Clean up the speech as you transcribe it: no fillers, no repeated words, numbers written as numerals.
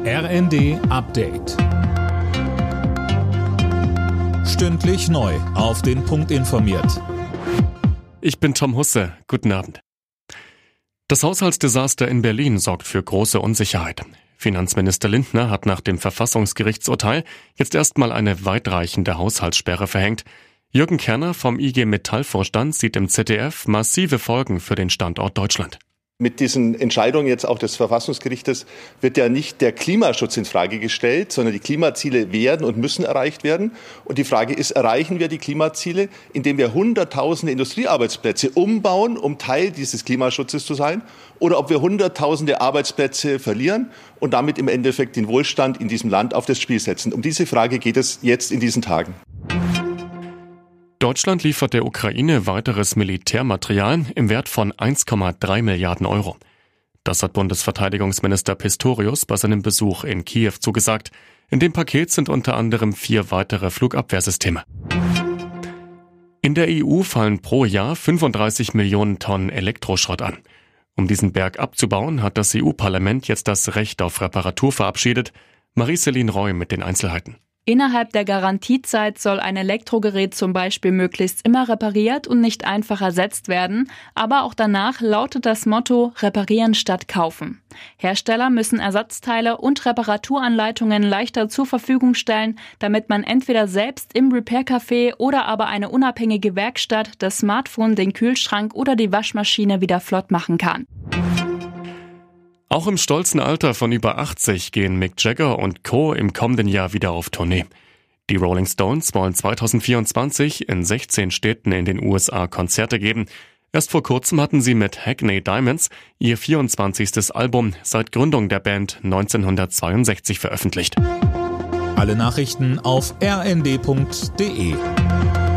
RND Update. Stündlich neu auf den Punkt informiert. Ich bin Tom Husse. Guten Abend. Das Haushaltsdesaster in Berlin sorgt für große Unsicherheit. Finanzminister Lindner hat nach dem Verfassungsgerichtsurteil jetzt erstmal eine weitreichende Haushaltssperre verhängt. Jürgen Kerner vom IG Metall-Vorstand sieht im ZDF massive Folgen für den Standort Deutschland. Mit diesen Entscheidungen jetzt auch des Verfassungsgerichtes wird ja nicht der Klimaschutz in Frage gestellt, sondern die Klimaziele werden und müssen erreicht werden. Und die Frage ist, erreichen wir die Klimaziele, indem wir Hunderttausende Industriearbeitsplätze umbauen, um Teil dieses Klimaschutzes zu sein, oder ob wir Hunderttausende Arbeitsplätze verlieren und damit im Endeffekt den Wohlstand in diesem Land auf das Spiel setzen. Um diese Frage geht es jetzt in diesen Tagen. Deutschland liefert der Ukraine weiteres Militärmaterial im Wert von 1,3 Milliarden Euro. Das hat Bundesverteidigungsminister Pistorius bei seinem Besuch in Kiew zugesagt. In dem Paket sind unter anderem 4 weitere Flugabwehrsysteme. In der EU fallen pro Jahr 35 Millionen Tonnen Elektroschrott an. Um diesen Berg abzubauen, hat das EU-Parlament jetzt das Recht auf Reparatur verabschiedet. Marie-Céline Roy mit den Einzelheiten. Innerhalb der Garantiezeit soll ein Elektrogerät zum Beispiel möglichst immer repariert und nicht einfach ersetzt werden. Aber auch danach lautet das Motto Reparieren statt kaufen. Hersteller müssen Ersatzteile und Reparaturanleitungen leichter zur Verfügung stellen, damit man entweder selbst im Repair-Café oder aber eine unabhängige Werkstatt das Smartphone, den Kühlschrank oder die Waschmaschine wieder flott machen kann. Auch im stolzen Alter von über 80 gehen Mick Jagger und Co. im kommenden Jahr wieder auf Tournee. Die Rolling Stones wollen 2024 in 16 Städten in den USA Konzerte geben. Erst vor kurzem hatten sie mit Hackney Diamonds ihr 24. Album seit Gründung der Band 1962 veröffentlicht. Alle Nachrichten auf rnd.de.